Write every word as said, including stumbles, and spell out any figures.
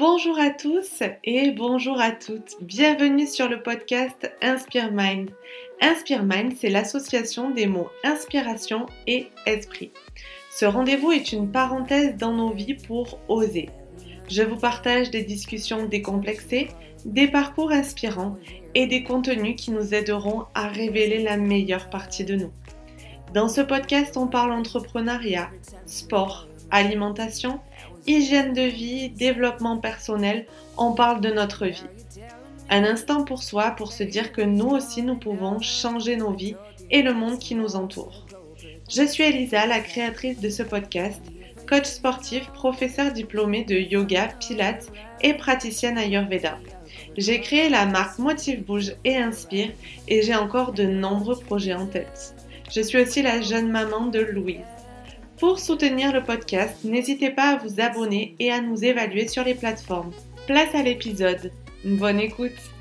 Bonjour à tous et bonjour à toutes. Bienvenue sur le podcast Inspire Mind. Inspire Mind, c'est l'association des mots inspiration et esprit. Ce rendez-vous est une parenthèse dans nos vies pour oser. Je vous partage des discussions décomplexées, des parcours inspirants et des contenus qui nous aideront à révéler la meilleure partie de nous. Dans ce podcast, on parle entrepreneuriat, sport, alimentation, hygiène de vie, développement personnel, on parle de notre vie. Un instant pour soi pour se dire que nous aussi nous pouvons changer nos vies et le monde qui nous entoure. Je suis Elisa, la créatrice de ce podcast, coach sportif, professeure diplômée de yoga, pilates et praticienne Ayurveda. J'ai créé la marque Motive Bouge et Inspire et j'ai encore de nombreux projets en tête. Je suis aussi la jeune maman de Louise. Pour soutenir le podcast, n'hésitez pas à vous abonner et à nous évaluer sur les plateformes. Place à l'épisode. Bonne écoute!